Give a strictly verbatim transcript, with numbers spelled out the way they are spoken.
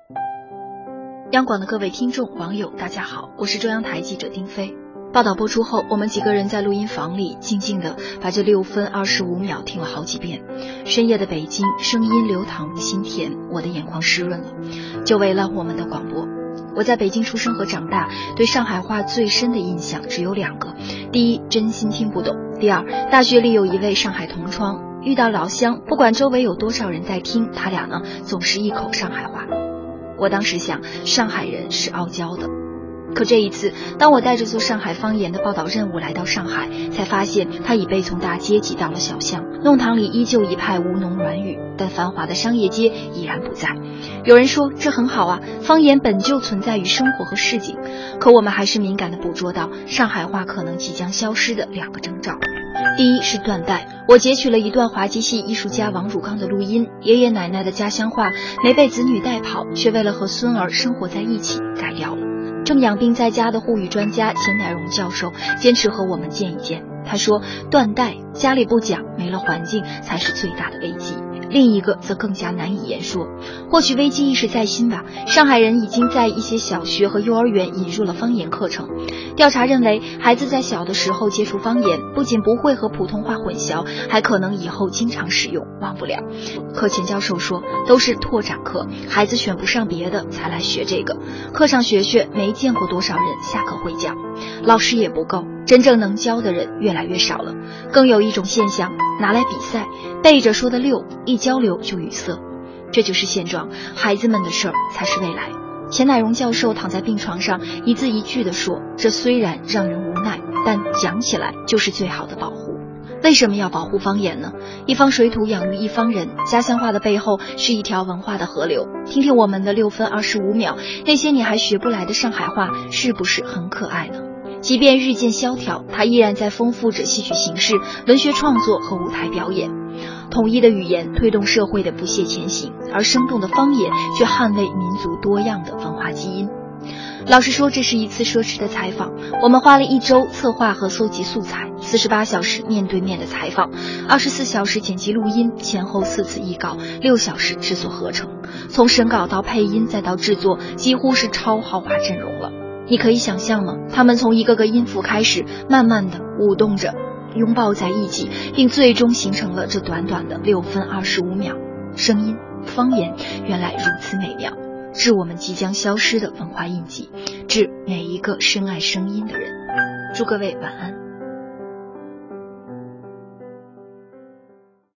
央广的各位听众网友大家好，我是中央台记者丁飞。报道播出后，我们几个人在录音房里静静地把这六分二十五秒听了好几遍。深夜的北京，声音流淌如心田，我的眼眶湿润了，久违了我们的广播。我在北京出生和长大，对上海话最深的印象只有两个：第一，真心听不懂；第二，大学里有一位上海同窗，遇到老乡，不管周围有多少人在听，他俩呢总是一口上海话。我当时想，上海人是傲娇的。可这一次，当我带着做上海方言的报道任务来到上海，才发现它已被从大街挤到了小巷，弄堂里依旧一派吴侬软语，但繁华的商业街已然不在。有人说这很好啊，方言本就存在于生活和市井，可我们还是敏感地捕捉到上海话可能即将消失的两个征兆。第一是断代，我截取了一段滑稽戏艺术家王汝刚的录音，爷爷奶奶的家乡话没被子女带跑，却为了和孙儿生活在一起改掉了。正养病在家的沪语专家钱乃荣教授坚持和我们见一见，他说断代，家里不讲，没了环境才是最大的危机。另一个则更加难以言说，或许危机意识在心吧，上海人已经在一些小学和幼儿园引入了方言课程。调查认为，孩子在小的时候接触方言，不仅不会和普通话混淆，还可能以后经常使用，忘不了。可钱教授说，都是拓展课，孩子选不上别的才来学这个，课上学学，没见过多少人下课会讲，老师也不够，真正能教的人越来越少了。更有一种现象，拿来比赛，背着说的溜，一交流就语塞，这就是现状，孩子们的事儿才是未来。钱乃荣教授躺在病床上，一字一句地说，这虽然让人无奈，但讲起来就是最好的保护。为什么要保护方言呢？一方水土养育一方人，家乡话的背后是一条文化的河流。听听我们的六分二十五秒，那些你还学不来的上海话，是不是很可爱呢？即便日渐萧条，它依然在丰富着戏曲形式、文学创作和舞台表演。统一的语言推动社会的不懈前行，而生动的方言却捍卫民族多样的文化基因。老实说，这是一次奢侈的采访。我们花了一周策划和搜集素材，四十八小时面对面的采访，二十四小时剪辑录音，前后四次译稿，六小时制作合成。从审稿到配音再到制作，几乎是超豪华阵容了。你可以想象吗？他们从一个个音符开始，慢慢的舞动着，拥抱在一起，并最终形成了这短短的六分二十五秒。声音，方言，原来如此美妙，致我们即将消失的文化印记，致每一个深爱声音的人。祝各位晚安。